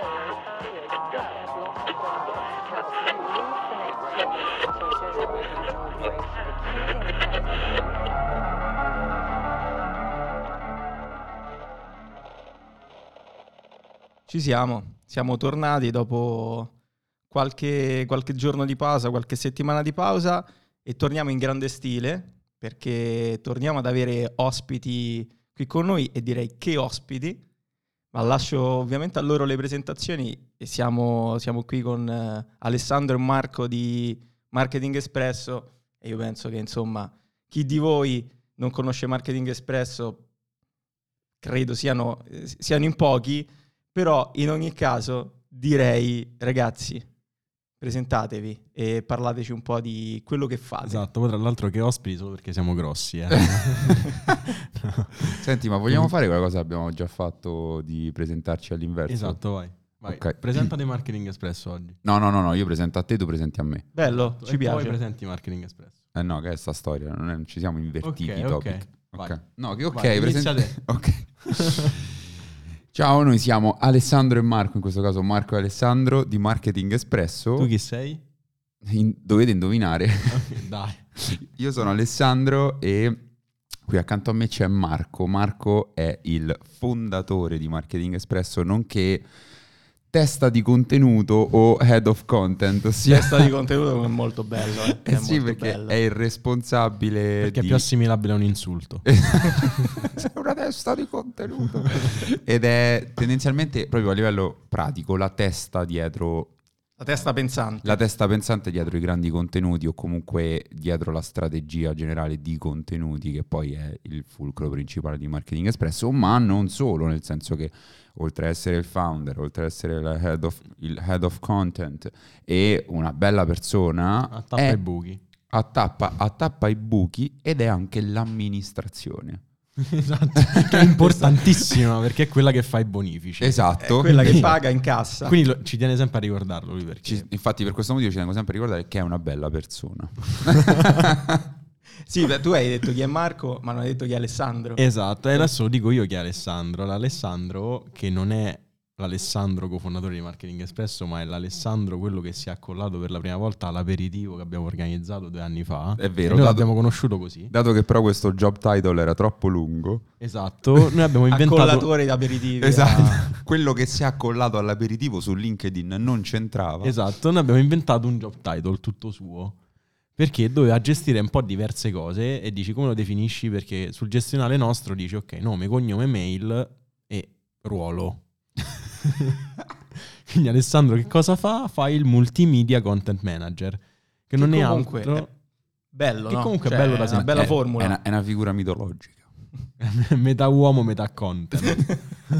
Ci siamo tornati dopo qualche giorno di pausa, qualche settimana di pausa e torniamo in grande stile perché torniamo ad avere ospiti qui con noi e direi che ospiti, ma lascio ovviamente a loro le presentazioni e siamo qui con Alessandro e Marco di Marketing Espresso e io penso che insomma chi di voi non conosce Marketing Espresso credo siano in pochi. Però in ogni caso direi, ragazzi, presentatevi e parlateci un po' di quello che fate. Esatto, poi tra l'altro che ospiti solo perché siamo grossi. No. Senti, ma vogliamo fare quella cosa che abbiamo già fatto di presentarci all'inverso? Esatto, vai. Okay. Presentati Marketing Espresso oggi. No, io presento a te, tu presenti a me. Bello, ci piace. Poi presenti Marketing Espresso. No, che è sta storia, non ci siamo invertiti i topic. Vai. No, che ok, vai, presentate. Ok. Ciao, noi siamo Alessandro e Marco, in questo caso Marco e Alessandro di Marketing Espresso. Tu chi sei? Dovete indovinare. Okay, dai. Io sono Alessandro e qui accanto a me c'è Marco. Marco è il fondatore di Marketing Espresso, nonché testa di contenuto o head of content. Ossia... Testa di contenuto è molto bello. Sì, molto perché bello. È il responsabile perché è più assimilabile a un insulto. Sei una testa di contenuto. Ed è tendenzialmente, proprio a livello pratico, la testa dietro... La testa pensante. La testa pensante dietro i grandi contenuti o comunque dietro la strategia generale di contenuti, che poi è il fulcro principale di Marketing Espresso, ma non solo, nel senso che oltre ad essere il founder, oltre ad essere il head of content e una bella persona, attappa i buchi. Attappa i buchi ed è anche l'amministrazione. Esatto, che è importantissima perché è quella che fa i bonifici. Esatto. È quella che paga in cassa. Quindi ci tiene sempre a ricordarlo lui perché... infatti per questo motivo ci tengo sempre a ricordare che è una bella persona. Sì, beh, tu hai detto chi è Marco, ma non hai detto chi è Alessandro. Esatto, e adesso lo dico io chi è Alessandro. L'Alessandro che non è l'Alessandro cofondatore di Marketing Espresso, ma è l'Alessandro quello che si è accollato per la prima volta all'aperitivo che abbiamo organizzato 2 anni fa. È vero. Noi l'abbiamo conosciuto così. Dato che però questo job title era troppo lungo. Esatto, noi abbiamo inventato... Accollatore d'aperitivi. Esatto, quello che si è accollato all'aperitivo su LinkedIn non c'entrava. Esatto, noi abbiamo inventato un job title tutto suo. Perché doveva gestire un po' diverse cose e dici come lo definisci? Perché sul gestionale nostro dici ok, nome, cognome, mail e ruolo. Quindi Alessandro che cosa fa? Fa il multimedia content manager, che non è altro... È bello, che no? comunque Cioè, è bello da una bella formula. È una figura mitologica. Metà uomo, metà content.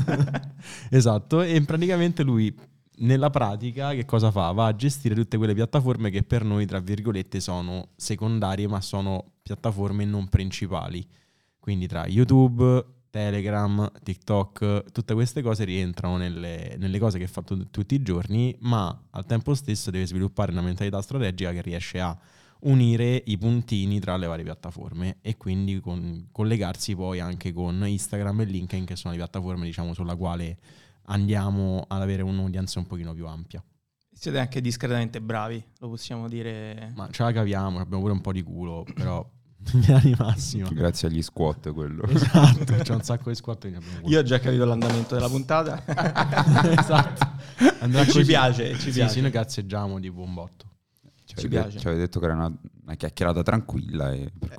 Esatto, e praticamente lui... Nella pratica che cosa fa? Va a gestire tutte quelle piattaforme che per noi, tra virgolette, sono secondarie, ma sono piattaforme non principali. Quindi tra YouTube, Telegram, TikTok, tutte queste cose rientrano nelle cose che fa tutti i giorni, ma al tempo stesso deve sviluppare una mentalità strategica che riesce a unire i puntini tra le varie piattaforme e quindi collegarsi poi anche con Instagram e LinkedIn, che sono le piattaforme, diciamo, sulla quale andiamo ad avere un'audience un pochino più ampia. Siete anche discretamente bravi, lo possiamo dire. Ma ce la caviamo, abbiamo pure un po' di culo, però in linea di massima. Grazie agli squat quello. Esatto, c'è un sacco di squat. Io ho già capito l'andamento della puntata. Esatto. Ci piace. Sì, noi cazzeggiamo tipo un botto. Ci piace. Ci avete detto che era una chiacchierata tranquilla.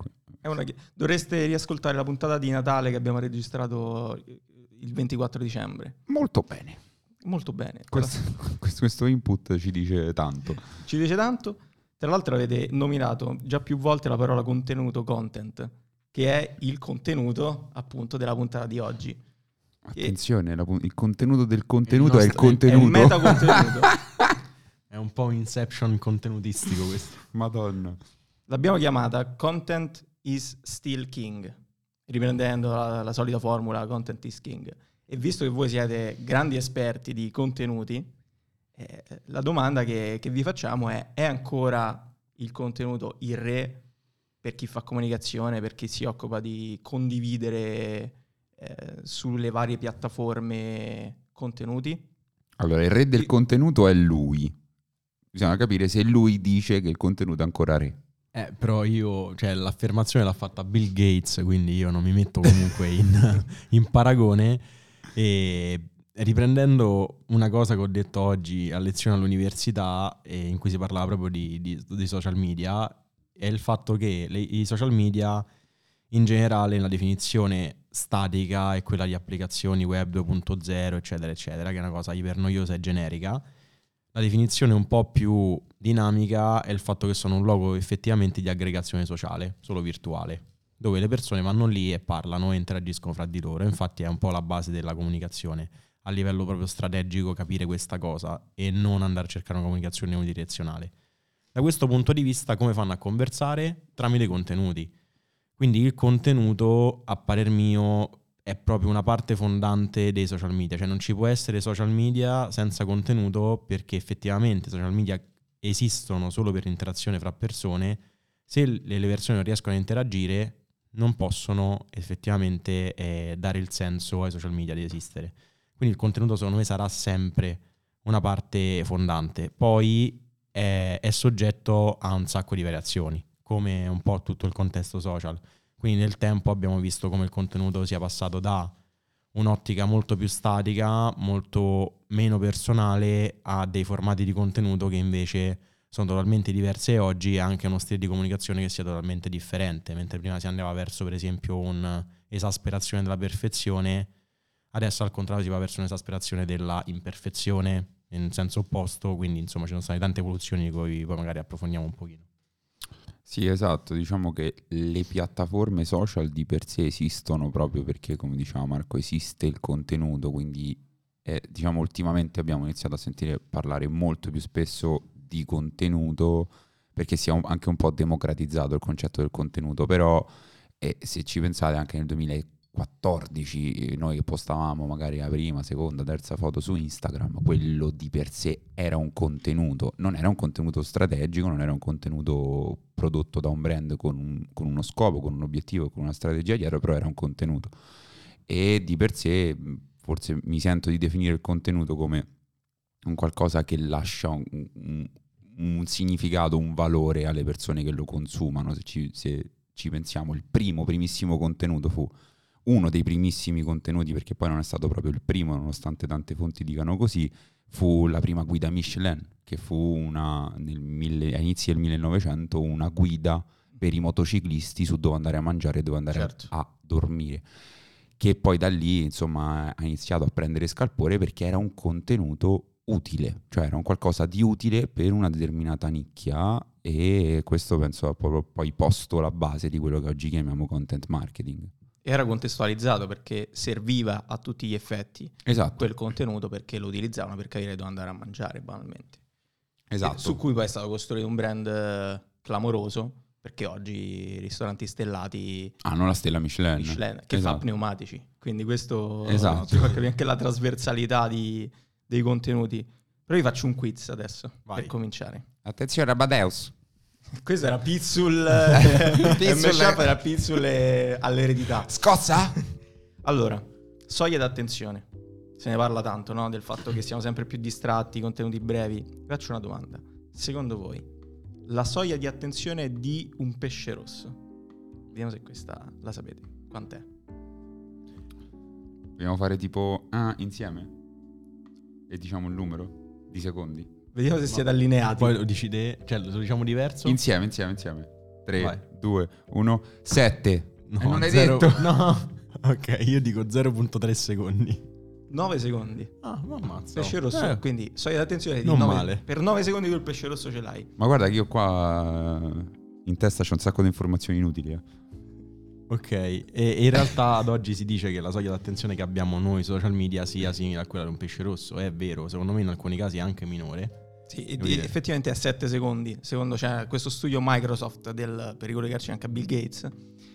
Dovreste riascoltare la puntata di Natale che abbiamo registrato il 24 dicembre. Molto bene. Molto bene. Questo input ci dice tanto. Ci dice tanto. Tra l'altro avete nominato già più volte la parola contenuto, content, che è il contenuto appunto della puntata di oggi. Attenzione, il contenuto del contenuto è il contenuto. È il metacontenuto. È un po' un inception contenutistico questo. Madonna. L'abbiamo chiamata Content is Still King, riprendendo la solita formula Content is King. E visto che voi siete grandi esperti di contenuti, la domanda che vi facciamo è ancora il contenuto il re per chi fa comunicazione, per chi si occupa di condividere sulle varie piattaforme contenuti? Allora, il re del contenuto è lui. Bisogna capire se lui dice che il contenuto è ancora re. Però io, cioè, l'affermazione l'ha fatta Bill Gates, quindi io non mi metto comunque in paragone. E riprendendo una cosa che ho detto oggi a lezione all'università, in cui si parlava proprio di social media, è il fatto che i social media in generale, la definizione statica è quella di applicazioni web 2.0, eccetera, eccetera, che è una cosa ipernoiosa e generica. La definizione un po' più dinamica è il fatto che sono un luogo effettivamente di aggregazione sociale, solo virtuale, dove le persone vanno lì e parlano e interagiscono fra di loro. Infatti è un po' la base della comunicazione, a livello proprio strategico, capire questa cosa e non andare a cercare una comunicazione unidirezionale. Da questo punto di vista, come fanno a conversare? Tramite contenuti. Quindi il contenuto, a parer mio, è proprio una parte fondante dei social media, cioè non ci può essere social media senza contenuto, perché effettivamente i social media esistono solo per interazione fra persone. Se le persone non riescono a interagire, non possono effettivamente dare il senso ai social media di esistere. Quindi il contenuto secondo me sarà sempre una parte fondante, poi è soggetto a un sacco di variazioni, come un po' tutto il contesto social. Quindi nel tempo abbiamo visto come il contenuto sia passato da un'ottica molto più statica, molto meno personale, a dei formati di contenuto che invece sono totalmente diversi, e oggi anche uno stile di comunicazione che sia totalmente differente. Mentre prima si andava verso, per esempio, un'esasperazione della perfezione, adesso al contrario si va verso un'esasperazione della imperfezione in senso opposto. Quindi insomma ci sono state tante evoluzioni di cui poi magari approfondiamo un pochino. Sì, esatto, diciamo che le piattaforme social di per sé esistono proprio perché, come diceva Marco, esiste il contenuto, quindi diciamo ultimamente abbiamo iniziato a sentire parlare molto più spesso di contenuto, perché si è anche un po' democratizzato il concetto del contenuto, però se ci pensate anche nel 2014 noi che postavamo magari la prima, seconda, terza foto su Instagram, quello di per sé era un contenuto, non era un contenuto strategico, non era un contenuto prodotto da un brand con uno scopo, con un obiettivo, con una strategia dietro, però era un contenuto. E di per sé forse mi sento di definire il contenuto come un qualcosa che lascia un significato, un valore alle persone che lo consumano. Se ci pensiamo, il primissimo contenuto fu uno dei primissimi contenuti, perché poi non è stato proprio il primo, nonostante tante fonti dicano così, fu la prima guida Michelin, che fu a inizi del 1900 una guida per i motociclisti su dove andare a mangiare e dove andare a dormire, che poi da lì insomma ha iniziato a prendere scalpore perché era un contenuto utile, cioè era un qualcosa di utile per una determinata nicchia, e questo penso ha proprio poi posto la base di quello che oggi chiamiamo content marketing. Era contestualizzato perché serviva a tutti gli effetti, esatto, quel contenuto, perché lo utilizzavano per capire dove andare a mangiare banalmente. Esatto. Su cui poi è stato costruito un brand clamoroso, perché oggi i ristoranti stellati hanno la stella Michelin che esatto. fa pneumatici, quindi questo esatto. si fa capire anche la trasversalità dei contenuti. Però vi faccio un quiz adesso. Vai. Per cominciare. Attenzione, Amadeus. Questo era Pizzul era Pizzul all'eredità. Scozza? Allora, soglia d'attenzione. Se ne parla tanto, no? Del fatto che siamo sempre più distratti, contenuti brevi. Vi faccio una domanda. Secondo voi, la soglia di attenzione di un pesce rosso? Vediamo se questa la sapete. Quant'è? Dobbiamo fare tipo insieme? E diciamo il numero di secondi. Vediamo se siete allineati. Poi lo dici cioè lo diciamo diverso? Insieme. 3, 2, 1, 7. No, non hai detto? No. Ok, io dico 0.3 secondi. 9 secondi. Ah, ma ammazzo. Pesce rosso, quindi soglia d'attenzione di non 9. Male. Per 9 secondi tu il pesce rosso ce l'hai. Ma guarda che io qua in testa c'ho un sacco di informazioni inutili. Ok, e in realtà ad oggi si dice che la soglia d'attenzione che abbiamo noi social media sia simile a quella di un pesce rosso. È vero, secondo me in alcuni casi è anche minore. Sì, effettivamente è 7 secondi. Secondo questo studio Microsoft per ricollegarci anche a Bill Gates.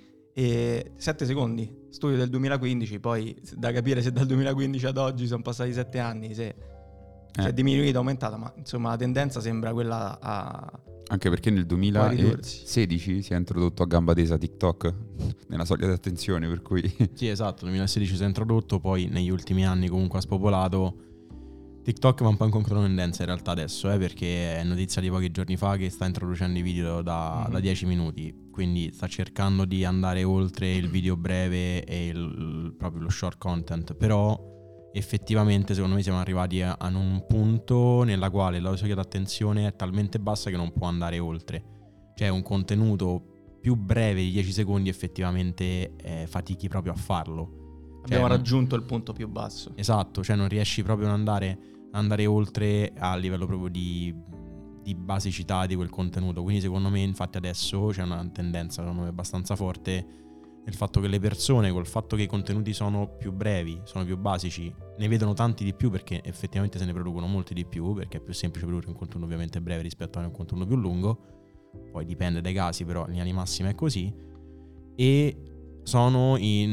E 7 secondi, studio del 2015, poi da capire se dal 2015 ad oggi sono passati 7 anni, se è diminuita o aumentata, ma insomma la tendenza sembra quella a... Anche perché nel 2016 si è introdotto a gamba tesa TikTok nella soglia di attenzione, per cui... Sì, esatto, nel 2016 si è introdotto, poi negli ultimi anni comunque ha spopolato. TikTok va un po' in controtendenza in realtà adesso, perché è notizia di pochi giorni fa che sta introducendo i video da 10 minuti, quindi sta cercando di andare oltre il video breve e proprio lo short content, però effettivamente secondo me siamo arrivati a un punto nella quale la soglia d'attenzione è talmente bassa che non può andare oltre. Cioè un contenuto più breve di 10 secondi effettivamente fatichi proprio a farlo. Abbiamo raggiunto il punto più basso. Esatto, cioè non riesci proprio ad andare oltre a livello proprio di basicità di quel contenuto. Quindi secondo me infatti adesso c'è una tendenza secondo me abbastanza forte nel fatto che le persone, col fatto che i contenuti sono più brevi, sono più basici, ne vedono tanti di più perché effettivamente se ne producono molti di più, perché è più semplice produrre un contenuto ovviamente breve rispetto a un contenuto più lungo, poi dipende dai casi, però in linea di massima è così, e sono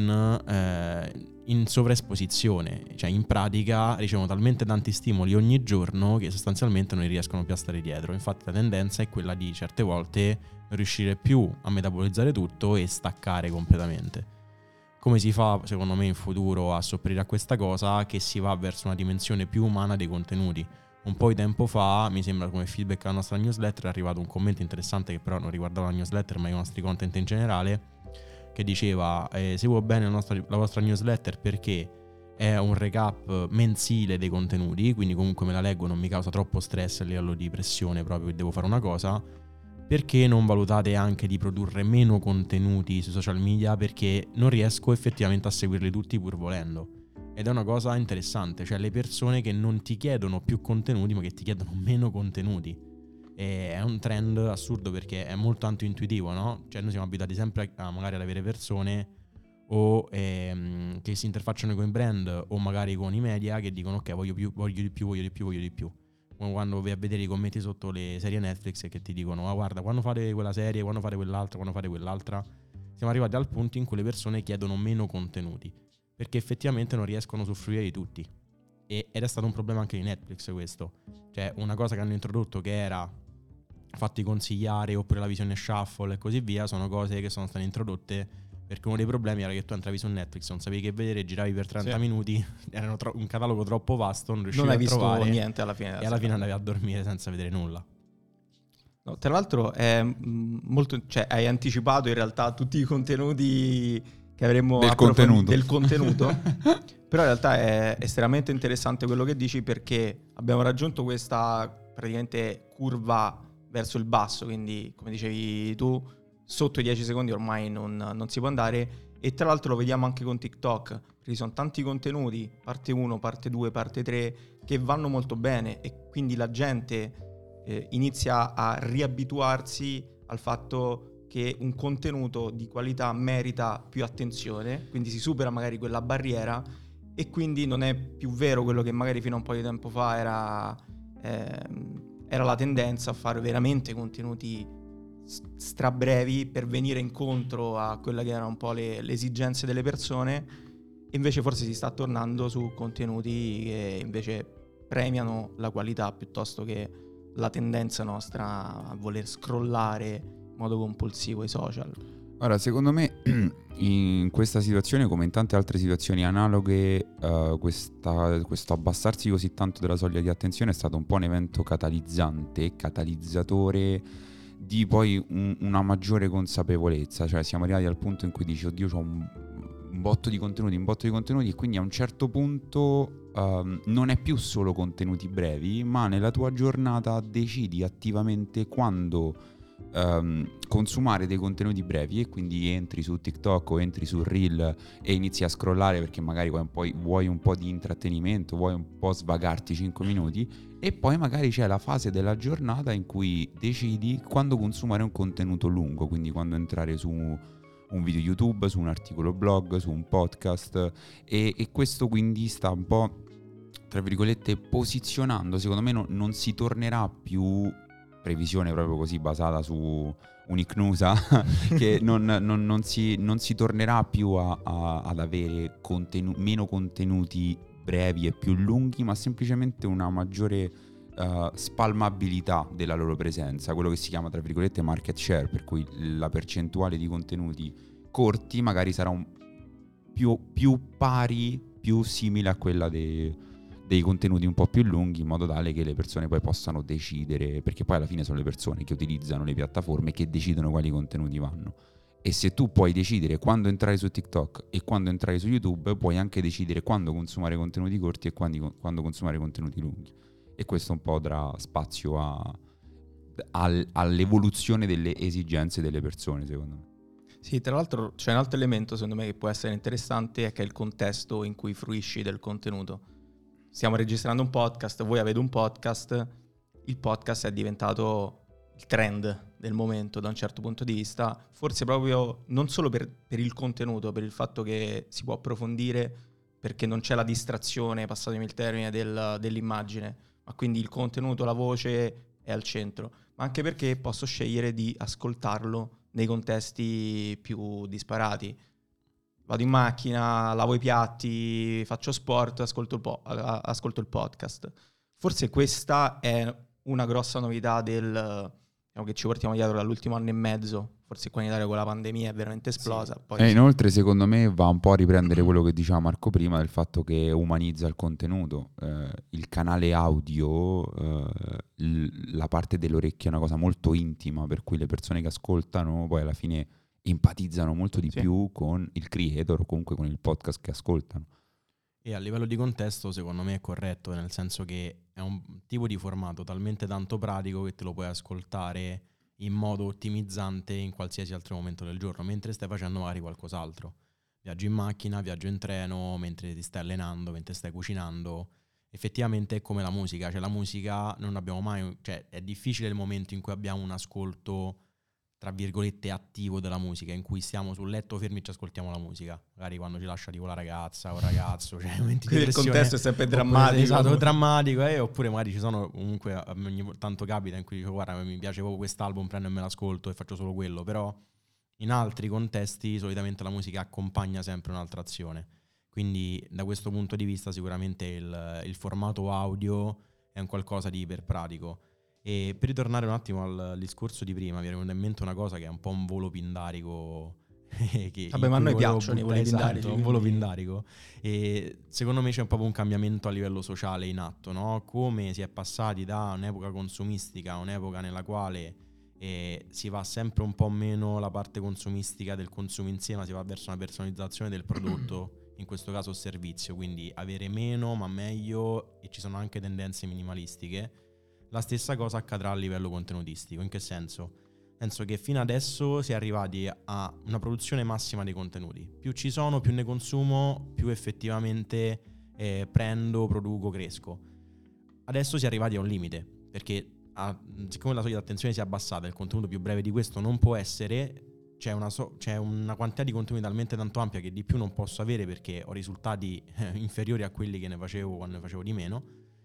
in sovraesposizione, cioè in pratica ricevono talmente tanti stimoli ogni giorno che sostanzialmente non riescono più a stare dietro. Infatti la tendenza è quella di certe volte non riuscire più a metabolizzare tutto e staccare completamente. Come si fa secondo me in futuro a sopperire a questa cosa? Che si va verso una dimensione più umana dei contenuti. Un po' di tempo fa, mi sembra come feedback alla nostra newsletter, è arrivato un commento interessante che però non riguardava la newsletter ma i nostri content in generale, che diceva seguo bene la vostra newsletter perché è un recap mensile dei contenuti, quindi comunque me la leggo, non mi causa troppo stress a livello di pressione proprio che devo fare una cosa. Perché non valutate anche di produrre meno contenuti sui social media, perché non riesco effettivamente a seguirli tutti pur volendo. Ed è una cosa interessante, cioè le persone che non ti chiedono più contenuti ma che ti chiedono meno contenuti. E è un trend assurdo perché è molto intuitivo, no? Cioè noi siamo abituati sempre magari ad avere persone o che si interfacciano con i brand o magari con i media che dicono ok, voglio di più. Come quando vai a vedere i commenti sotto le serie Netflix e che ti dicono guarda, quando fate quella serie, quando fate quell'altra. Siamo arrivati al punto in cui le persone chiedono meno contenuti perché effettivamente non riescono a usufruire di tutti. Ed è stato un problema anche di Netflix questo. Cioè una cosa che hanno introdotto che era fatti consigliare oppure la visione shuffle e così via, sono cose che sono state introdotte perché uno dei problemi era che tu entravi su Netflix, non sapevi che vedere, giravi per 30 minuti, erano un catalogo troppo vasto, non riuscivi a trovare, visto niente alla fine e alla fine andavi a dormire senza vedere nulla. No, tra l'altro è molto, cioè hai anticipato in realtà tutti i contenuti che avremmo del contenuto. Però in realtà è estremamente interessante quello che dici perché abbiamo raggiunto questa praticamente curva verso il basso, quindi come dicevi tu sotto i 10 secondi ormai non si può andare, e tra l'altro lo vediamo anche con TikTok, perché ci sono tanti contenuti, parte 1, parte 2, parte 3, che vanno molto bene e quindi la gente inizia a riabituarsi al fatto che un contenuto di qualità merita più attenzione, quindi si supera magari quella barriera e quindi non è più vero quello che magari fino a un po' di tempo fa era la tendenza a fare veramente contenuti strabrevi per venire incontro a quelle che erano un po' le esigenze delle persone, e invece forse si sta tornando su contenuti che invece premiano la qualità piuttosto che la tendenza nostra a voler scrollare in modo compulsivo i social. Ora, secondo me in questa situazione, come in tante altre situazioni analoghe, questo abbassarsi così tanto della soglia di attenzione è stato un po' un evento catalizzatore di poi una maggiore consapevolezza. Cioè siamo arrivati al punto in cui dici oddio, c'ho un botto di contenuti, e quindi a un certo punto non è più solo contenuti brevi, ma nella tua giornata decidi attivamente quando consumare dei contenuti brevi, e quindi entri su TikTok o entri su Reel e inizi a scrollare perché magari vuoi un po' di intrattenimento, vuoi un po' svagarti 5 minuti, e poi magari c'è la fase della giornata in cui decidi quando consumare un contenuto lungo, quindi quando entrare su un video YouTube, su un articolo blog, su un podcast, e questo quindi sta un po', tra virgolette, posizionando. Secondo me non si tornerà più, previsione proprio così basata su un'icnusa, che non si tornerà più ad avere meno contenuti brevi e più lunghi, ma semplicemente una maggiore spalmabilità della loro presenza, quello che si chiama tra virgolette market share, per cui la percentuale di contenuti corti magari sarà più pari, più simile a quella che dei contenuti un po' più lunghi, in modo tale che le persone poi possano decidere, perché poi alla fine sono le persone che utilizzano le piattaforme che decidono quali contenuti vanno. E se tu puoi decidere quando entrare su TikTok e quando entrare su YouTube, puoi anche decidere quando consumare contenuti corti e quando consumare contenuti lunghi. E questo un po' darà spazio all'evoluzione delle esigenze delle persone, secondo me. Sì, tra l'altro c'è un altro elemento secondo me che può essere interessante, è che è il contesto in cui fruisci del contenuto. Stiamo registrando un podcast, voi avete un podcast, il podcast è diventato il trend del momento da un certo punto di vista, forse proprio non solo per il contenuto, per il fatto che si può approfondire, perché non c'è la distrazione, passatemi il termine, dell'immagine, ma quindi il contenuto, la voce è al centro, ma anche perché posso scegliere di ascoltarlo nei contesti più disparati. Vado in macchina, lavo i piatti, faccio sport, ascolto il podcast. Forse questa è una grossa novità che ci portiamo dietro dall'ultimo anno e mezzo. Forse qua in Italia con la pandemia è veramente esplosa. Sì. Poi inoltre secondo me va un po' a riprendere quello che diceva Marco prima, del fatto che umanizza il contenuto. Il canale audio, la parte dell'orecchio è una cosa molto intima, per cui le persone che ascoltano poi alla fine empatizzano molto di più con il creator o comunque con il podcast che ascoltano. E a livello di contesto secondo me è corretto, nel senso che è un tipo di formato talmente tanto pratico che te lo puoi ascoltare in modo ottimizzante in qualsiasi altro momento del giorno, mentre stai facendo magari qualcos'altro. Viaggi in macchina, viaggio in treno, mentre ti stai allenando, mentre stai cucinando. Effettivamente è come la musica, cioè la musica non abbiamo mai, cioè è difficile il momento in cui abbiamo un ascolto tra virgolette attivo della musica, in cui stiamo sul letto fermi e ci ascoltiamo la musica, magari quando ci lascia tipo la ragazza o il ragazzo, cioè momenti di il contesto è sempre drammatico. Esatto, drammatico, oppure magari ci sono comunque ogni tanto capita in cui dico guarda mi piace proprio quest'album, prendo e me l'ascolto e faccio solo quello, però in altri contesti solitamente la musica accompagna sempre un'altra azione, quindi da questo punto di vista sicuramente il formato audio è un qualcosa di iperpratico. E per ritornare un attimo al discorso di prima, mi è venuta in mente una cosa che è un po' un volo pindarico. Vabbè, ma a noi piacciono i voli pindarici. Esatto, un volo pindarico. E secondo me c'è proprio un cambiamento a livello sociale in atto, no? Come si è passati da un'epoca consumistica a un'epoca nella quale si va sempre un po' meno la parte consumistica del consumo insieme, si va verso una personalizzazione del prodotto, in questo caso servizio, quindi avere meno ma meglio, e ci sono anche tendenze minimalistiche. La stessa cosa accadrà a livello contenutistico. In che senso? Penso che fino adesso si è arrivati a una produzione massima dei contenuti. Più ci sono, più ne consumo, più effettivamente prendo, produco, cresco. Adesso si è arrivati a un limite, perché siccome la soglia di attenzione si è abbassata, il contenuto più breve di questo non può essere, c'è una quantità di contenuti talmente tanto ampia che di più non posso avere perché ho risultati inferiori a quelli che ne facevo quando ne facevo di meno.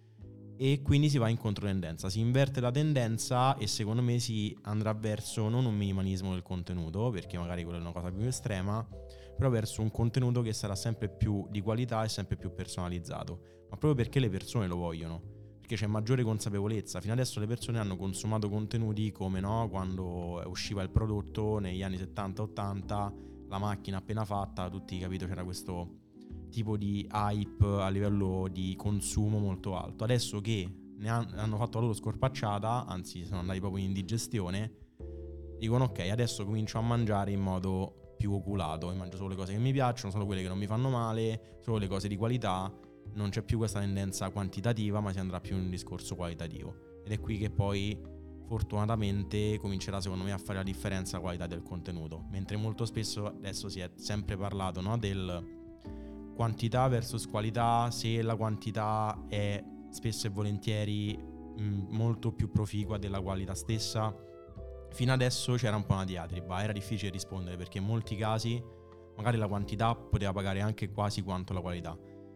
E quindi si va in controtendenza, si inverte la tendenza e secondo me si andrà verso non un minimalismo del contenuto, perché magari quella è una cosa più estrema, però verso un contenuto che sarà sempre più di qualità e sempre più personalizzato, ma proprio perché le persone lo vogliono, perché c'è maggiore consapevolezza. Fino adesso le persone hanno consumato contenuti come quando usciva il prodotto negli anni 70-80, la macchina appena fatta, tutti capito c'era questo tipo di hype a livello di consumo molto alto. Adesso che ne hanno fatto la loro scorpacciata, anzi sono andati proprio in indigestione, dicono ok, adesso comincio a mangiare in modo più oculato, e mangio solo le cose che mi piacciono, solo quelle che non mi fanno male, solo le cose di qualità, non c'è più questa tendenza quantitativa ma si andrà più in un discorso qualitativo, ed è qui che poi fortunatamente comincerà secondo me a fare la differenza la qualità del contenuto, mentre molto spesso adesso si è sempre parlato del quantità versus qualità, se la quantità è spesso e volentieri molto più proficua della qualità stessa. Fino adesso c'era un po' una diatriba, era difficile rispondere perché in molti casi magari la quantità poteva pagare anche quasi quanto la qualità.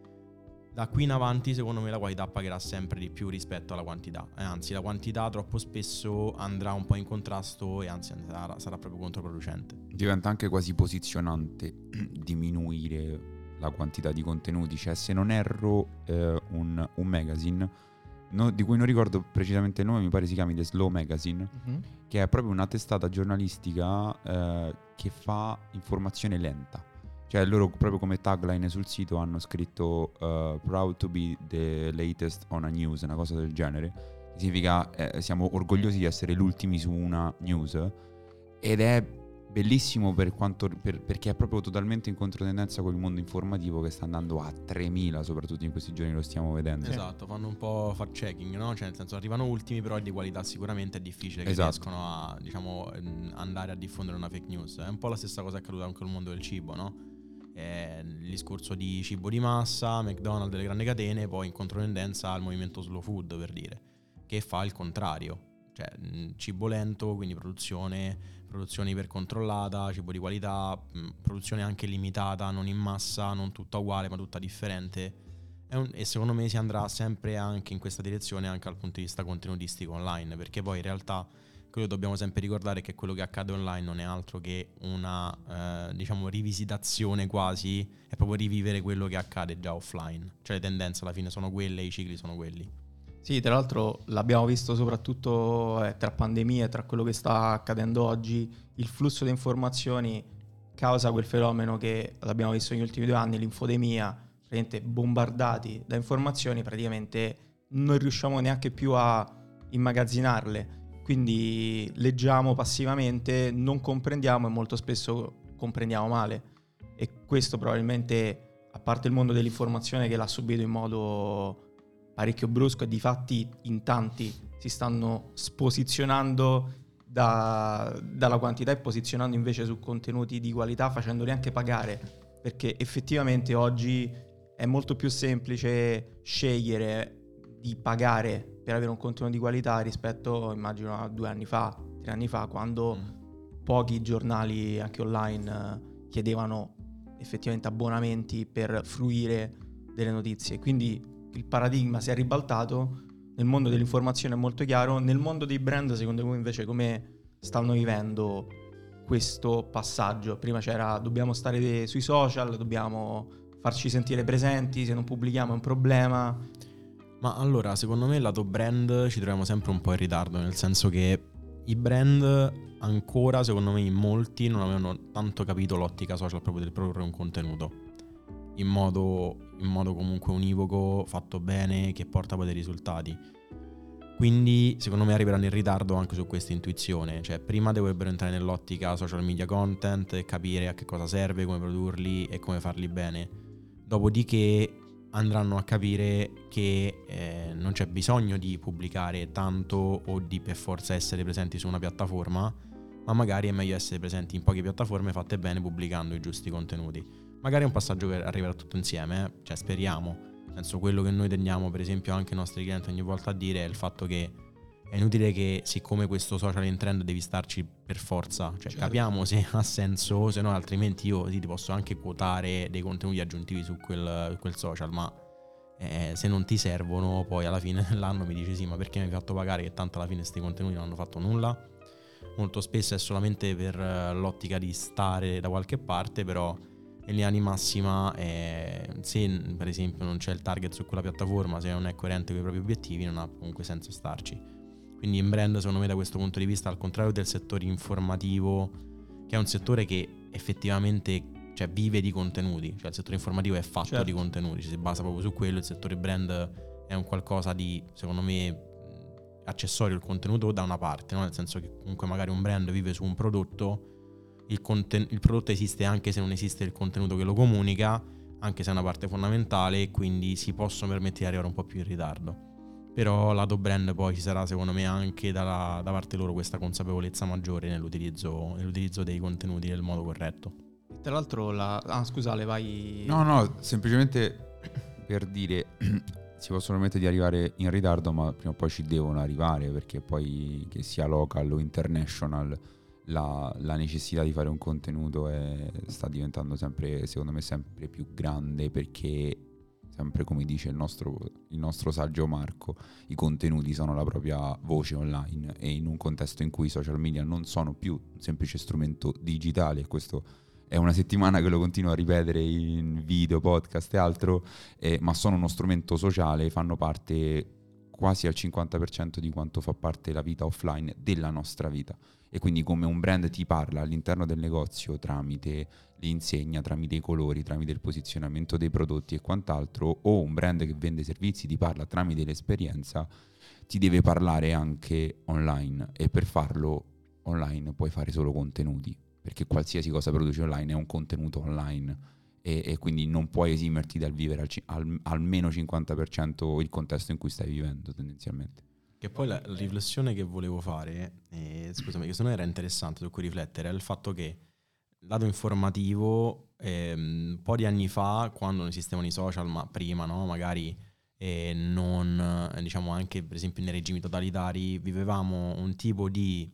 Da qui in avanti secondo me la qualità pagherà sempre di più rispetto alla quantità, anzi la quantità troppo spesso andrà un po' in contrasto e anzi sarà proprio controproducente. Diventa anche quasi posizionante diminuire la quantità di contenuti, cioè se non erro un magazine di cui non ricordo precisamente il nome, mi pare si chiami The Slow Magazine, che è proprio una testata giornalistica che fa informazione lenta, cioè Cioè loro proprio come tagline sul sito hanno scritto proud to be the latest on a news, una cosa del genere. Significa siamo orgogliosi di essere l'ultimi su una news, ed è bellissimo perché è proprio totalmente in controtendenza con il mondo informativo che sta andando a 3000, soprattutto in questi giorni lo stiamo vedendo. Esatto, fanno un po' fact checking, no? Cioè nel senso arrivano ultimi, però di qualità sicuramente è difficile che riescono a, diciamo, andare a diffondere una fake news. È un po' la stessa cosa che è accaduta anche nel mondo del cibo, no? Il discorso di cibo di massa, McDonald's, delle grandi catene, poi in controtendenza al movimento slow food, per dire, che fa il contrario. Cioè cibo lento, quindi produzione ipercontrollata, cibo di qualità, produzione anche limitata, non in massa, non tutta uguale ma tutta differente. E secondo me si andrà sempre anche in questa direzione anche dal punto di vista contenutistico online, perché poi in realtà quello che dobbiamo sempre ricordare è che quello che accade online non è altro che una diciamo rivisitazione quasi, è proprio rivivere quello che accade già offline. Cioè le tendenze alla fine sono quelle, i cicli sono quelli. Sì, tra l'altro l'abbiamo visto soprattutto tra pandemie, tra quello che sta accadendo oggi, il flusso di informazioni causa quel fenomeno che l'abbiamo visto negli ultimi 2 anni, l'infodemia, praticamente bombardati da informazioni, praticamente non riusciamo neanche più a immagazzinarle, quindi leggiamo passivamente, non comprendiamo e molto spesso comprendiamo male, e questo probabilmente, a parte il mondo dell'informazione che l'ha subito in modo parecchio brusco, e difatti in tanti si stanno sposizionando dalla quantità e posizionando invece su contenuti di qualità, facendoli anche pagare, perché effettivamente oggi è molto più semplice scegliere di pagare per avere un contenuto di qualità rispetto, immagino, a 2 anni fa, 3 anni fa, quando pochi giornali anche online chiedevano effettivamente abbonamenti per fruire delle notizie. Quindi il paradigma si è ribaltato, nel mondo dell'informazione è molto chiaro, nel mondo dei brand secondo voi invece come stanno vivendo questo passaggio? Prima c'era dobbiamo stare sui social, dobbiamo farci sentire presenti, se non pubblichiamo è un problema. Ma allora secondo me lato brand ci troviamo sempre un po' in ritardo, nel senso che i brand ancora secondo me in molti non avevano tanto capito l'ottica social proprio del produrre un contenuto in modo comunque univoco, fatto bene, che porta poi dei risultati. Quindi secondo me arriveranno in ritardo anche su questa intuizione, cioè prima dovrebbero entrare nell'ottica social media content e capire a che cosa serve, come produrli e come farli bene. Dopodiché andranno a capire che non c'è bisogno di pubblicare tanto o di per forza essere presenti su una piattaforma, ma magari è meglio essere presenti in poche piattaforme fatte bene pubblicando i giusti contenuti. Magari è un passaggio che arriverà tutto insieme, cioè speriamo. Nel senso, quello che noi tendiamo per esempio anche ai nostri clienti ogni volta a dire è il fatto che è inutile che siccome questo social è in trend devi starci per forza, cioè certo. Capiamo se ha senso, se no altrimenti io ti posso anche quotare dei contenuti aggiuntivi su quel social, ma se non ti servono poi alla fine dell'anno mi dici sì, ma perché mi hai fatto pagare, che tanto alla fine questi contenuti non hanno fatto nulla. Molto spesso è solamente per l'ottica di stare da qualche parte, però in linea di massima se per esempio non c'è il target su quella piattaforma, se non è coerente con i propri obiettivi, non ha comunque senso starci. Quindi in brand secondo me da questo punto di vista, al contrario del settore informativo, che è un settore che effettivamente vive di contenuti, cioè il settore informativo è fatto di contenuti, si basa proprio su quello. Il settore brand è un qualcosa di, secondo me, accessorio il contenuto da una parte, no? Nel senso che comunque magari un brand vive su un prodotto, il prodotto esiste anche se non esiste il contenuto che lo comunica, anche se è una parte fondamentale, e quindi si possono permettere di arrivare un po' più in ritardo. Però lato brand poi ci sarà secondo me anche da parte loro questa consapevolezza maggiore nell'utilizzo dei contenuti nel modo corretto. Tra l'altro scusate, vai. No, semplicemente per dire si possono permettere di arrivare in ritardo, ma prima o poi ci devono arrivare, perché poi che sia local o international la necessità di fare un contenuto sta diventando secondo me sempre più grande, perché sempre come dice il nostro saggio Marco, i contenuti sono la propria voce online, e in un contesto in cui i social media non sono più un semplice strumento digitale, e questo è una settimana che lo continuo a ripetere in video, podcast e altro, ma sono uno strumento sociale, fanno parte quasi al 50% di quanto fa parte la vita offline della nostra vita, e quindi come un brand ti parla all'interno del negozio tramite l'insegna, tramite i colori, tramite il posizionamento dei prodotti e quant'altro, o un brand che vende servizi ti parla tramite l'esperienza, ti deve parlare anche online, e per farlo online puoi fare solo contenuti, perché qualsiasi cosa produci online è un contenuto online, e quindi non puoi esimerti dal vivere almeno 50% il contesto in cui stai vivendo tendenzialmente. Che poi la riflessione che volevo fare, scusami, che secondo me era interessante su cui riflettere, è il fatto che lato informativo, un po' di anni fa, quando non esistevano i social, ma prima, no? Magari non, diciamo anche per esempio nei regimi totalitari, vivevamo un tipo di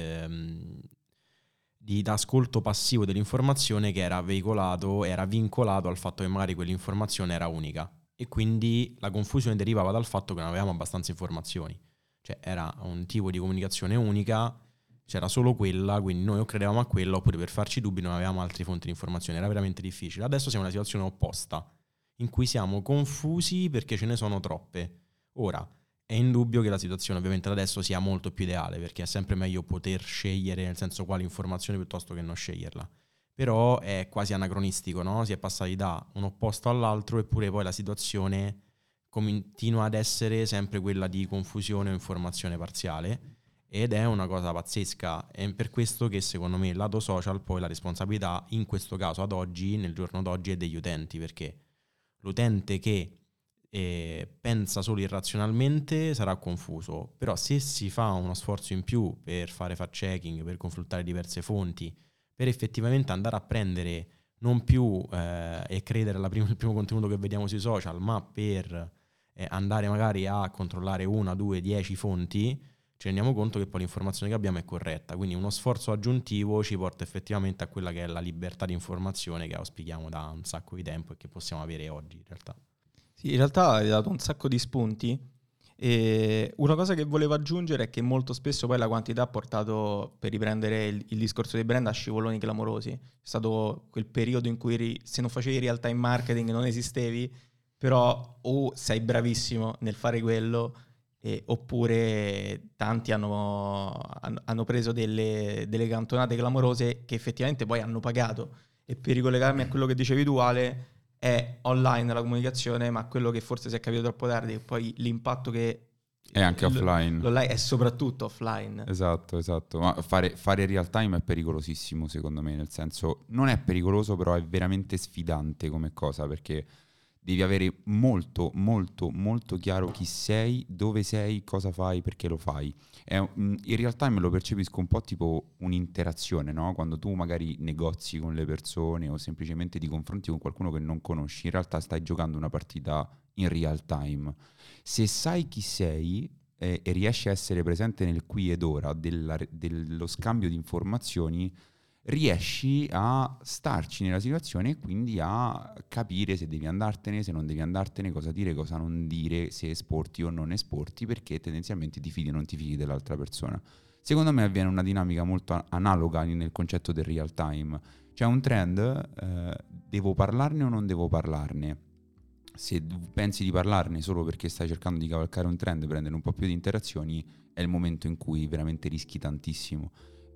ascolto passivo dell'informazione che era veicolato, era vincolato al fatto che magari quell'informazione era unica, e quindi la confusione derivava dal fatto che non avevamo abbastanza informazioni, cioè era un tipo di comunicazione unica, c'era solo quella, quindi noi o credevamo a quella oppure per farci dubbi non avevamo altre fonti di informazione, era veramente difficile. Adesso siamo in una situazione opposta, in cui siamo confusi perché ce ne sono troppe. Ora, è indubbio che la situazione ovviamente adesso sia molto più ideale, perché è sempre meglio poter scegliere, nel senso, quale informazione piuttosto che non sceglierla. Però è quasi anacronistico, no? Si è passati da un opposto all'altro, eppure poi la situazione continua ad essere sempre quella di confusione o informazione parziale, ed è una cosa pazzesca. È per questo che secondo me il lato social, poi la responsabilità in questo caso ad oggi, nel giorno d'oggi, è degli utenti, perché l'utente che pensa solo irrazionalmente sarà confuso, però se si fa uno sforzo in più per fare fact checking, per consultare diverse fonti, per effettivamente andare a prendere non più e credere il primo contenuto che vediamo sui social, ma per andare magari a controllare 1, 2, 10 fonti, ci rendiamo conto che poi l'informazione che abbiamo è corretta. Quindi uno sforzo aggiuntivo ci porta effettivamente a quella che è la libertà di informazione che auspichiamo da un sacco di tempo e che possiamo avere oggi in realtà. Sì, in realtà hai dato un sacco di spunti, e una cosa che volevo aggiungere è che molto spesso poi la quantità ha portato, per riprendere il discorso dei brand, a scivoloni clamorosi. È stato quel periodo in cui se non facevi real time marketing non esistevi, però o sei bravissimo nel fare quello, oppure tanti hanno preso delle cantonate clamorose che effettivamente poi hanno pagato. E per ricollegarmi a quello che dicevi tu, Ale, è online la comunicazione, ma quello che forse si è capito troppo tardi è poi l'impatto che è anche offline. L'online è soprattutto offline. Esatto. Ma fare real time è pericolosissimo secondo me, nel senso, non è pericoloso, però è veramente sfidante come cosa, perché devi avere molto chiaro chi sei, dove sei, cosa fai, perché lo fai. In real time lo percepisco un po' tipo un'interazione, no? Quando tu magari negozi con le persone o semplicemente ti confronti con qualcuno che non conosci, in realtà stai giocando una partita in real time. Se sai chi sei e riesci a essere presente nel qui ed ora dello scambio di informazioni, riesci a starci nella situazione e quindi a capire se devi andartene, se non devi andartene, cosa dire, cosa non dire, se esporti o non esporti, perché tendenzialmente ti fidi o non ti fidi dell'altra persona. Secondo me avviene una dinamica molto analoga nel concetto del real time. C'è un trend, devo parlarne o non devo parlarne? Se pensi di parlarne solo perché stai cercando di cavalcare un trend, prendere un po' più di interazioni, è il momento in cui veramente rischi tantissimo.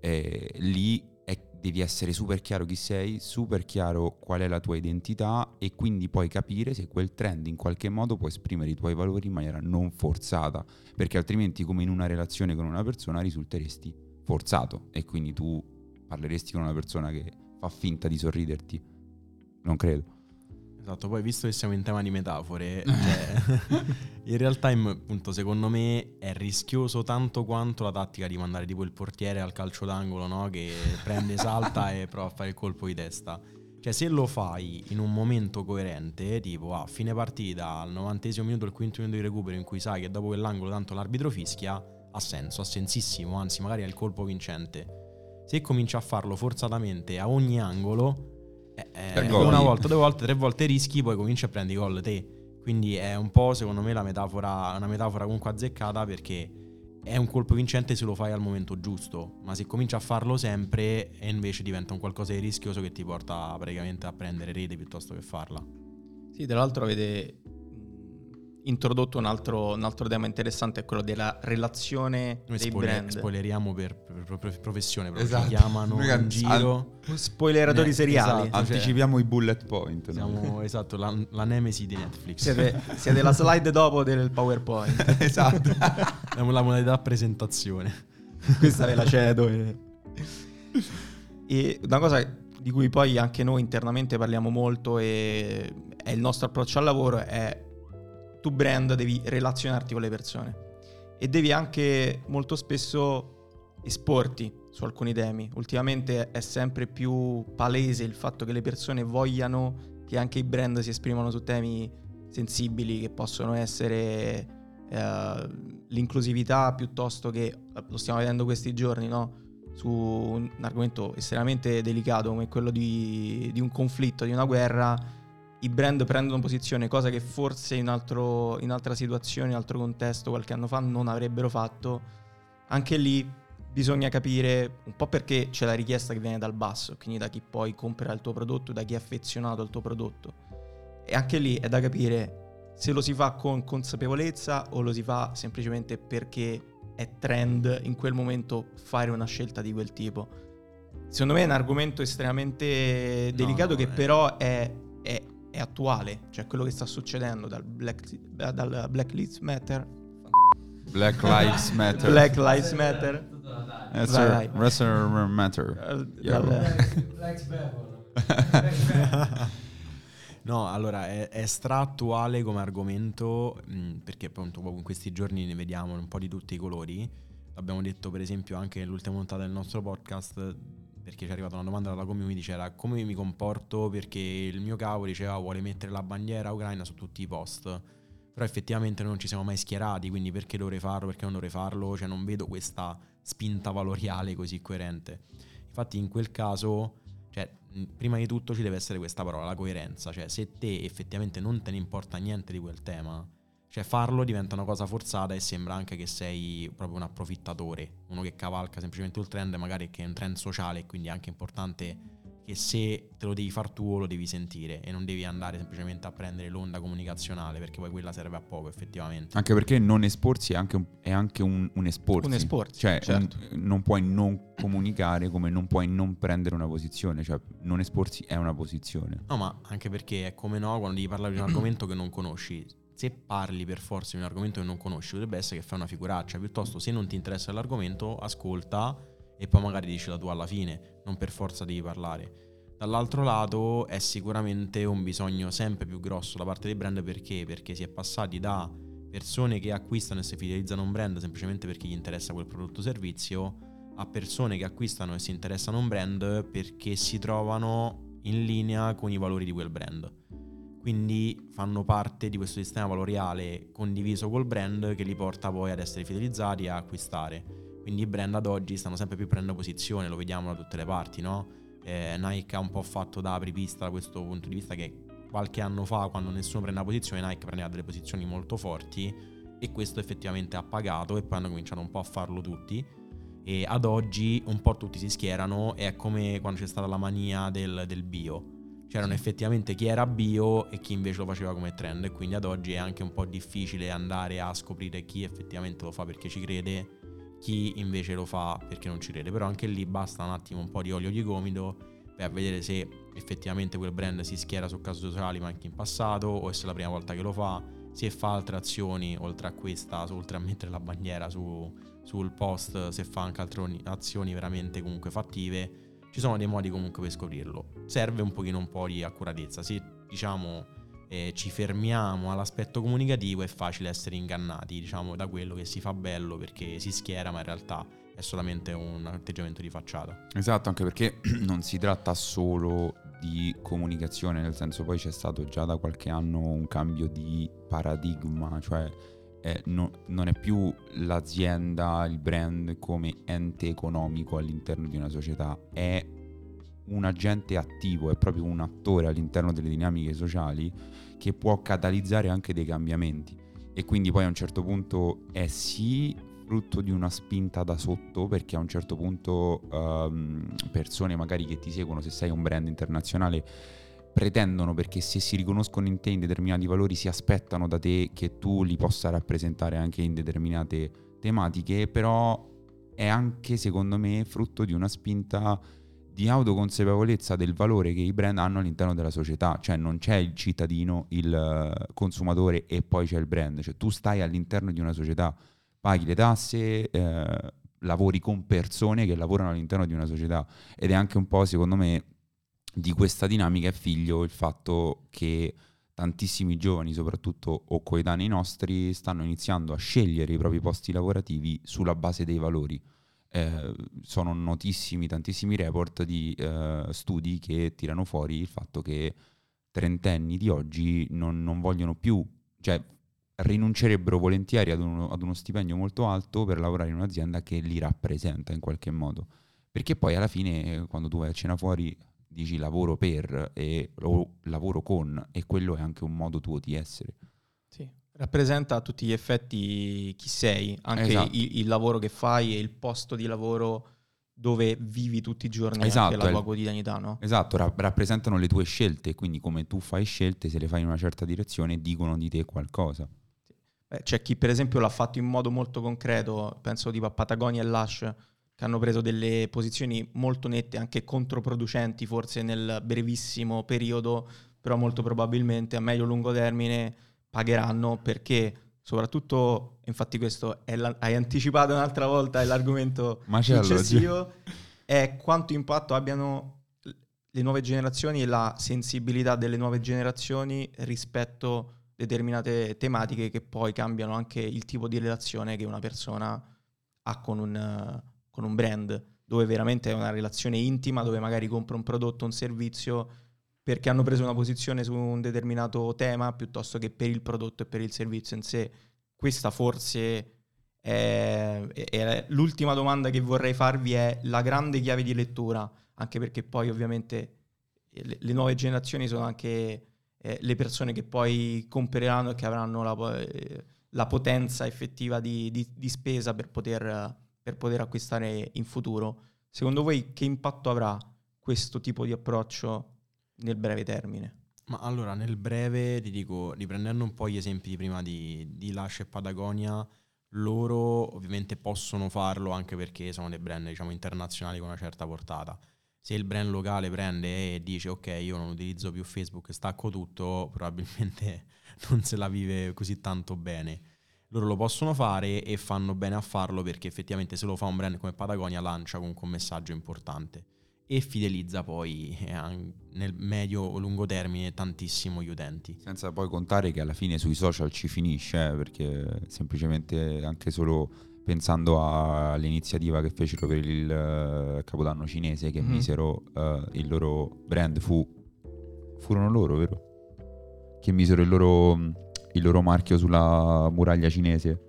Lì devi essere super chiaro chi sei, super chiaro qual è la tua identità, e quindi poi capire se quel trend in qualche modo può esprimere i tuoi valori in maniera non forzata, perché altrimenti, come in una relazione con una persona, risulteresti forzato, e quindi tu parleresti con una persona che fa finta di sorriderti. Non credo. Esatto, poi visto che siamo in tema di metafore, cioè, in real time, appunto, secondo me è rischioso tanto quanto la tattica di mandare tipo il portiere al calcio d'angolo, no? Che prende, salta e prova a fare il colpo di testa. Cioè, se lo fai in un momento coerente, tipo a fine partita, al 90° minuto, al 5° minuto di recupero, in cui sai che dopo quell'angolo tanto l'arbitro fischia, ha senso, ha sensissimo, anzi magari è il colpo vincente. Se cominci a farlo forzatamente a ogni angolo, una volta, 2 volte, 3 volte rischi, poi cominci a prendere i gol te. Quindi è un po', secondo me, una metafora comunque azzeccata, perché è un colpo vincente se lo fai al momento giusto, ma se cominci a farlo sempre e invece diventa un qualcosa di rischioso che ti porta praticamente a prendere rete piuttosto che farla. Sì, tra l'altro avete introdotto un altro tema interessante, è quello della relazione Noi dei brand. spoileriamo per professione, proprio Esatto. ci chiamano Noi in giro. Spoileratori seriali. esatto. Anticipiamo i bullet point. Siamo esatto, la nemesi di Netflix. Siete la slide dopo del PowerPoint. Esatto. Abbiamo la modalità presentazione. Questa ve la cedo. E una cosa di cui poi anche noi internamente parliamo molto e è il nostro approccio al lavoro è: tu brand devi relazionarti con le persone e devi anche molto spesso esporti su alcuni temi. Ultimamente è sempre più palese il fatto che le persone vogliano che anche i brand si esprimano su temi sensibili, che possono essere l'inclusività, piuttosto che, lo stiamo vedendo questi giorni, no? Su un argomento estremamente delicato come quello di un conflitto, di una guerra. I brand prendono posizione, cosa che forse in altra situazione, in altro contesto, qualche anno fa non avrebbero fatto. Anche lì bisogna capire un po' perché c'è la richiesta che viene dal basso, quindi da chi poi compra il tuo prodotto, da chi è affezionato al tuo prodotto. E anche lì è da capire se lo si fa con consapevolezza o lo si fa semplicemente perché è trend in quel momento fare una scelta di quel tipo. Secondo me è un argomento estremamente delicato, che però è attuale, cioè quello che sta succedendo dal Black Lives Matter. Black Lives Matter. Black Lives Matter. Vai. Matter. No, allora è stra-attuale come argomento, perché appunto in questi giorni ne vediamo un po' di tutti i colori. L'abbiamo detto per esempio anche nell'ultima puntata del nostro podcast, perché ci è arrivata una domanda dalla community, c'era: come mi comporto perché il mio capo diceva vuole mettere la bandiera ucraina su tutti i post, però effettivamente noi non ci siamo mai schierati, quindi perché dovrei farlo, perché non dovrei farlo, cioè non vedo questa spinta valoriale così coerente. Infatti in quel caso, cioè, prima di tutto ci deve essere questa parola, la coerenza. Cioè se te effettivamente non te ne importa niente di quel tema, cioè farlo diventa una cosa forzata e sembra anche che sei proprio un approfittatore, uno che cavalca semplicemente il trend, magari che è un trend sociale, quindi è anche importante che se te lo devi far tu lo devi sentire e non devi andare semplicemente a prendere l'onda comunicazionale, perché poi quella serve a poco effettivamente. Anche perché non esporsi è anche un esporsi. Un esporsi, cioè certo. non puoi non comunicare, come non puoi non prendere una posizione. Cioè non esporsi è una posizione. No, ma anche perché è come no, quando devi parlare di un argomento che non conosci. Se parli per forza di un argomento che non conosci, potrebbe essere che fai una figuraccia. Piuttosto, se non ti interessa l'argomento, ascolta e poi magari dici la tua alla fine, non per forza devi parlare. Dall'altro lato è sicuramente un bisogno sempre più grosso da parte dei brand. Perché si è passati da persone che acquistano e si fidelizzano a un brand semplicemente perché gli interessa quel prodotto o servizio, a persone che acquistano e si interessano a un brand perché si trovano in linea con i valori di quel brand. Quindi fanno parte di questo sistema valoriale condiviso col brand che li porta poi ad essere fidelizzati e a acquistare. Quindi i brand ad oggi stanno sempre più prendendo posizione, lo vediamo da tutte le parti, no? Nike ha un po' fatto da apripista da questo punto di vista, che qualche anno fa, quando nessuno prendeva posizione, Nike prendeva delle posizioni molto forti e questo effettivamente ha pagato, e poi hanno cominciato un po' a farlo tutti. E ad oggi un po' tutti si schierano, e è come quando c'è stata la mania del bio. C'erano effettivamente chi era bio e chi invece lo faceva come trend, e quindi ad oggi è anche un po' difficile andare a scoprire chi effettivamente lo fa perché ci crede, chi invece lo fa perché non ci crede. Però anche lì basta un attimo un po' di olio di gomito per vedere se effettivamente quel brand si schiera su cause sociali ma anche in passato, o se è la prima volta che lo fa, se fa altre azioni oltre a questa, oltre a mettere la bandiera sul post, se fa anche altre azioni veramente comunque fattive. Ci sono dei modi comunque per scoprirlo. Serve un po' di accuratezza. Se diciamo ci fermiamo all'aspetto comunicativo è facile essere ingannati, diciamo, da quello che si fa bello perché si schiera, ma in realtà è solamente un atteggiamento di facciata. Esatto, anche perché non si tratta solo di comunicazione, nel senso, poi c'è stato già da qualche anno un cambio di paradigma, cioè non è più l'azienda, il brand come ente economico all'interno di una società, è un agente attivo, è proprio un attore all'interno delle dinamiche sociali che può catalizzare anche dei cambiamenti, e quindi poi a un certo punto è sì frutto di una spinta da sotto, perché a un certo punto persone magari che ti seguono, se sei un brand internazionale, pretendono, perché se si riconoscono in te in determinati valori si aspettano da te che tu li possa rappresentare anche in determinate tematiche, però è anche secondo me frutto di una spinta di autoconsapevolezza del valore che i brand hanno all'interno della società. Cioè non c'è il cittadino, il consumatore e poi c'è il brand, cioè tu stai all'interno di una società, paghi le tasse, lavori con persone che lavorano all'interno di una società, ed è anche un po', secondo me, di questa dinamica è figlio il fatto che tantissimi giovani, soprattutto o coetanei nostri, stanno iniziando a scegliere i propri posti lavorativi sulla base dei valori. Sono notissimi tantissimi report di studi che tirano fuori il fatto che trentenni di oggi non vogliono più, cioè rinuncerebbero volentieri ad uno stipendio molto alto per lavorare in un'azienda che li rappresenta in qualche modo, perché poi alla fine quando tu vai a cena fuori dici lavoro per o lavoro con, e quello è anche un modo tuo di essere. Sì, rappresenta a tutti gli effetti chi sei, anche Esatto. il lavoro che fai e il posto di lavoro dove vivi tutti i giorni, Esatto, anche la tua quotidianità, no? Esatto, rappresentano le tue scelte, quindi come tu fai scelte, se le fai in una certa direzione, dicono di te qualcosa. C'è chi per esempio l'ha fatto in modo molto concreto, penso tipo a Patagonia e Lush, che hanno preso delle posizioni molto nette, anche controproducenti forse nel brevissimo periodo, però molto probabilmente a medio-lungo termine pagheranno, perché soprattutto, infatti questo hai anticipato un'altra volta, è l'argomento successivo, è quanto impatto abbiano le nuove generazioni e la sensibilità delle nuove generazioni rispetto determinate tematiche che poi cambiano anche il tipo di relazione che una persona ha con un brand, dove veramente è una relazione intima, dove magari compra un prodotto o un servizio perché hanno preso una posizione su un determinato tema piuttosto che per il prodotto e per il servizio in sé. Questa forse è l'ultima domanda che vorrei farvi, è la grande chiave di lettura, anche perché poi ovviamente le nuove generazioni sono anche le persone che poi compreranno e che avranno la potenza effettiva di spesa per poter acquistare in futuro. Secondo voi che impatto avrà questo tipo di approccio nel breve termine? Ma allora, nel breve, ti dico, riprendendo un po' gli esempi di prima di Lush e Patagonia, loro ovviamente possono farlo anche perché sono dei brand, diciamo, internazionali con una certa portata. Se il brand locale prende e dice ok, io non utilizzo più Facebook, stacco tutto, probabilmente non se la vive così tanto bene. Loro lo possono fare e fanno bene a farlo, perché effettivamente se lo fa un brand come Patagonia lancia comunque un messaggio importante e fidelizza poi nel medio o lungo termine tantissimo gli utenti. Senza poi contare che alla fine sui social ci finisce, perché semplicemente anche solo pensando all'iniziativa che fecero per il Capodanno cinese, che misero il loro brand furono loro, vero? Che misero il loro marchio sulla muraglia cinese.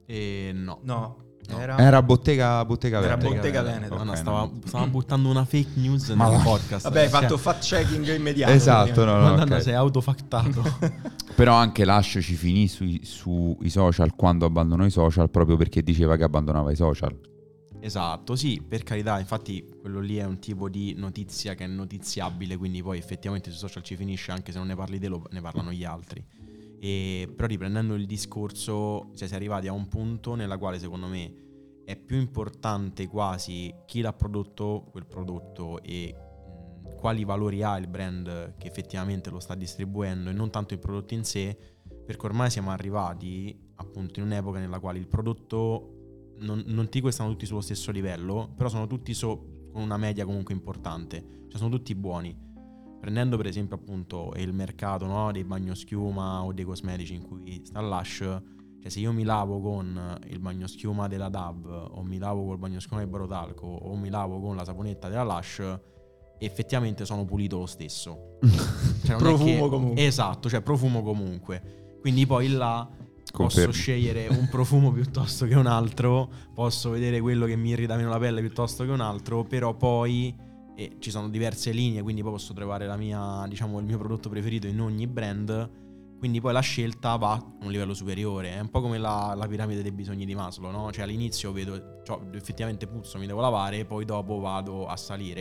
No. Era Bottega Era Veneta. Bottega Veneta. Okay, stava buttando una fake news nel podcast. Vabbè, hai fatto fact checking immediato. Esatto, Madonna, okay. sei autofactato. Però anche Lush ci finì sui social quando abbandonò i social, proprio perché diceva che abbandonava i social. Esatto, sì, per carità, infatti quello lì è un tipo di notizia che è notiziabile, quindi poi effettivamente sui social ci finisce, anche se non ne parli te, ne parlano gli altri. Però riprendendo il discorso, si è arrivati a un punto nella quale secondo me è più importante quasi chi l'ha prodotto quel prodotto e quali valori ha il brand che effettivamente lo sta distribuendo, e non tanto il prodotto in sé, perché ormai siamo arrivati appunto in un'epoca nella quale il prodotto non ti dico che stanno tutti sullo stesso livello, però sono tutti con una media comunque importante, cioè sono tutti buoni. Prendendo per esempio appunto il mercato, no, dei bagnoschiuma o dei cosmetici in cui sta Lush, cioè se io mi lavo con il bagnoschiuma della Dove o mi lavo col bagnoschiuma di Borotalco o mi lavo con la saponetta della Lush, effettivamente sono pulito lo stesso. Cioè, profumo comunque. Esatto, cioè profumo comunque. Quindi poi là Confermo. posso scegliere un profumo piuttosto che un altro, posso vedere quello che mi irrita meno la pelle piuttosto che un altro, però poi ci sono diverse linee, quindi poi posso trovare il mio prodotto preferito in ogni brand, quindi poi la scelta va a un livello superiore. È un po' come la piramide dei bisogni di Maslow, no? Cioè all'inizio vedo, effettivamente puzzo, mi devo lavare, poi dopo vado a salire,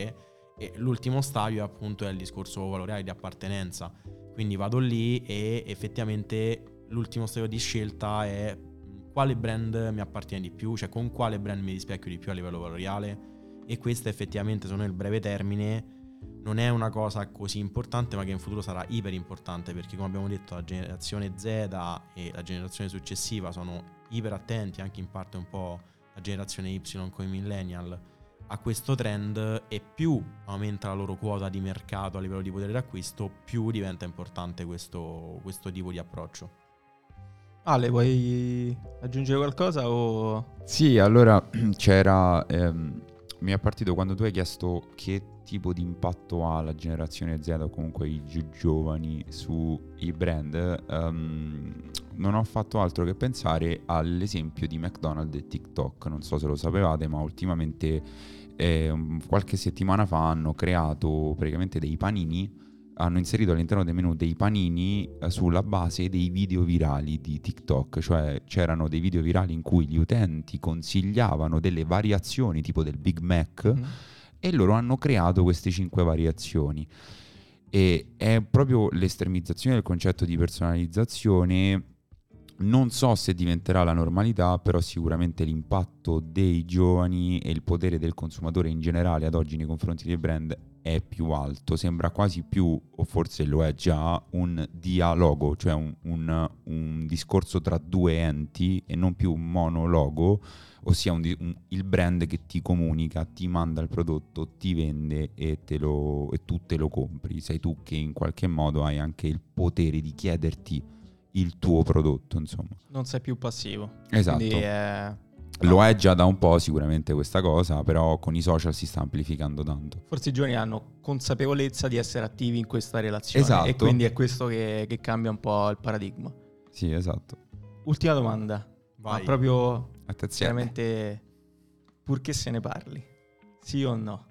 E l'ultimo stadio appunto è il discorso valoriale di appartenenza, quindi vado lì e effettivamente l'ultimo stadio di scelta è quale brand mi appartiene di più, cioè con quale brand mi rispecchio di più a livello valoriale, e questo effettivamente secondo me nel breve termine non è una cosa così importante, ma che in futuro sarà iper importante, perché come abbiamo detto la generazione Z e la generazione successiva sono iper attenti, anche in parte un po' la generazione Y con i millennial, a questo trend, e più aumenta la loro quota di mercato a livello di potere d'acquisto, più diventa importante questo tipo di approccio. Ale, vuoi aggiungere qualcosa o... Sì, allora c'era... mi è partito quando tu hai chiesto che tipo di impatto ha la generazione Z o comunque i giovani sui brand. Non ho fatto altro che pensare all'esempio di McDonald's e TikTok. Non so se lo sapevate, ma ultimamente qualche settimana fa hanno creato praticamente dei panini, hanno inserito all'interno dei menu dei panini sulla base dei video virali di TikTok, cioè c'erano dei video virali in cui gli utenti consigliavano delle variazioni tipo del Big Mac e loro hanno creato queste 5 variazioni, e è proprio l'estremizzazione del concetto di personalizzazione. Non so se diventerà la normalità, però sicuramente l'impatto dei giovani e il potere del consumatore in generale ad oggi nei confronti dei brand è più alto. Sembra quasi più, o forse lo è già, un dialogo, cioè un discorso tra due enti e non più un monologo, ossia il brand che ti comunica, ti manda il prodotto, ti vende e tu te lo compri. Sei tu che in qualche modo hai anche il potere di chiederti il tuo prodotto, insomma. Non sei più passivo. Esatto. Quindi Lo è già da un po' sicuramente questa cosa, però con i social si sta amplificando tanto. forse i giovani hanno consapevolezza di essere attivi in questa relazione. Esatto. E quindi è questo che cambia un po' il paradigma. Sì, esatto. Ultima domanda. Vai. Ma proprio Attenzione. veramente purché se ne parli. Sì o no?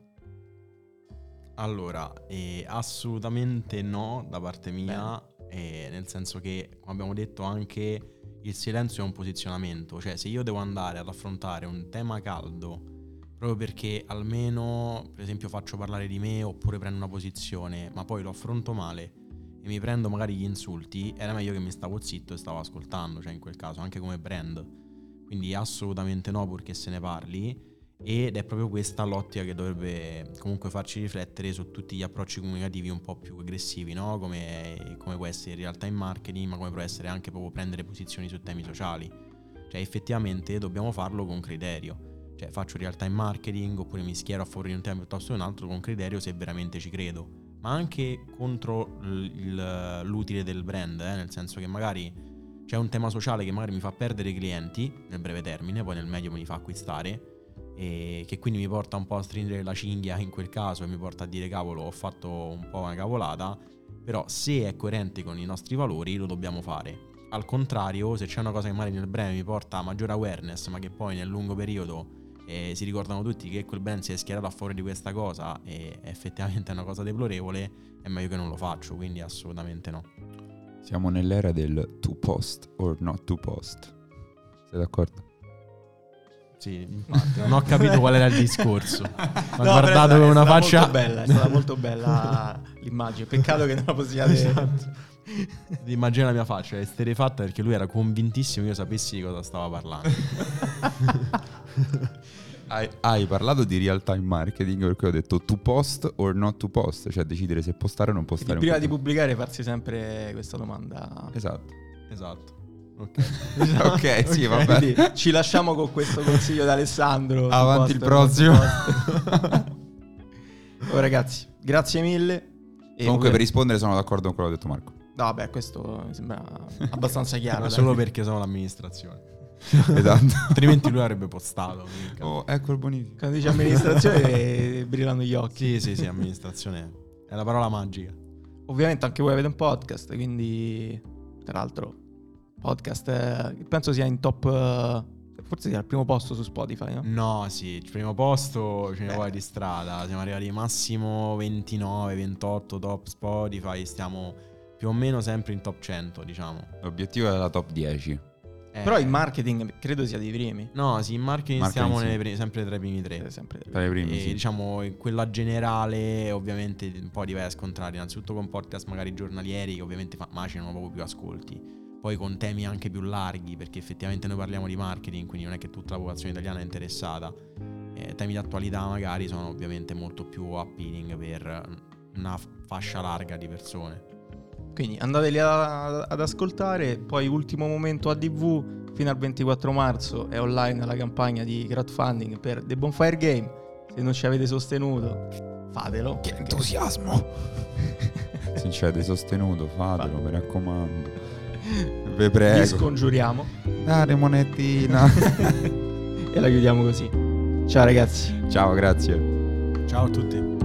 Allora, assolutamente no da parte mia, nel senso che, come abbiamo detto, anche il silenzio è un posizionamento. Cioè, se io devo andare ad affrontare un tema caldo proprio perché almeno, per esempio, faccio parlare di me oppure prendo una posizione, ma poi lo affronto male e mi prendo magari gli insulti, era meglio che mi stavo zitto e stavo ascoltando, cioè in quel caso, anche come brand. Quindi assolutamente no, purché se ne parli. Ed è proprio questa l'ottica che dovrebbe comunque farci riflettere su tutti gli approcci comunicativi un po' più aggressivi, no? Come può essere in realtà in marketing, ma come può essere anche proprio prendere posizioni su temi sociali. Cioè effettivamente dobbiamo farlo con criterio. Cioè faccio real time marketing oppure mi schiero a favore di un tema piuttosto che un altro con criterio se veramente ci credo, ma anche contro l'utile del brand, nel senso che magari c'è un tema sociale che magari mi fa perdere clienti nel breve termine, poi nel medio me li fa acquistare, e che quindi mi porta un po' a stringere la cinghia in quel caso e mi porta a dire cavolo, ho fatto un po' una cavolata. Però se è coerente con i nostri valori lo dobbiamo fare. Al contrario, se c'è una cosa che magari nel breve mi porta a maggiore awareness, ma che poi nel lungo periodo si ricordano tutti che quel brand si è schierato a favore di questa cosa e effettivamente è una cosa deplorevole, è meglio che non lo faccio, quindi assolutamente no. Siamo nell'era del to post or not to post. Sei d'accordo? Sì, infatti, non ho capito qual era il discorso. Ma No, guardato con una faccia molto bella, è stata molto bella l'immagine. Peccato che non la possiate... Esatto. Immagina la mia faccia, è esterefatta perché lui era convintissimo che io sapessi di cosa stava parlando. Hai parlato di real time marketing perché ho detto to post or not to post, cioè decidere se postare o non postare. Prima di pubblicare farsi sempre questa domanda. Esatto. Ok. Ok, sì, va bene. Quindi ci lasciamo con questo consiglio di Alessandro. Avanti Su il post, prossimo. Oh, ragazzi, grazie mille. E Comunque per rispondere sono d'accordo con quello che ha detto Marco. No, vabbè, questo mi sembra abbastanza chiaro. Ma dai. solo perché sono l'amministrazione. Esatto. Altrimenti lui avrebbe postato. Oh, ecco il bonifico. Quando dice amministrazione brillano gli occhi. Sì, amministrazione è la parola magica. Ovviamente anche voi avete un podcast, quindi tra l'altro podcast penso sia in top, forse sia al primo posto su Spotify, no? No, sì, il primo posto ce ne vuoi di strada. Siamo arrivati massimo 29, 28 top Spotify. Stiamo più o meno sempre in top 100, diciamo. L'obiettivo è la top 10. Però in marketing credo sia dei primi. No, sì, in marketing stiamo sempre tra i primi 3. Sempre Tra i primi, E sì. diciamo in quella generale ovviamente poi ti vai a scontrare innanzitutto con podcast magari giornalieri che ovviamente macinano proprio più ascolti, poi con temi anche più larghi perché effettivamente noi parliamo di marketing, quindi non è che tutta la popolazione italiana è interessata. Temi di attualità magari sono ovviamente molto più appealing per una fascia larga di persone. Quindi andateli ad ascoltare. Poi ultimo momento ADV, fino al 24 marzo è online la campagna di crowdfunding per The Bonfire Game. Se non ci avete sostenuto, fatelo. Che entusiasmo! Se ci avete sostenuto, fatelo, mi raccomando. Vi prego. Vi scongiuriamo. Date monetina. E la chiudiamo così. Ciao ragazzi. Ciao, grazie. Ciao a tutti.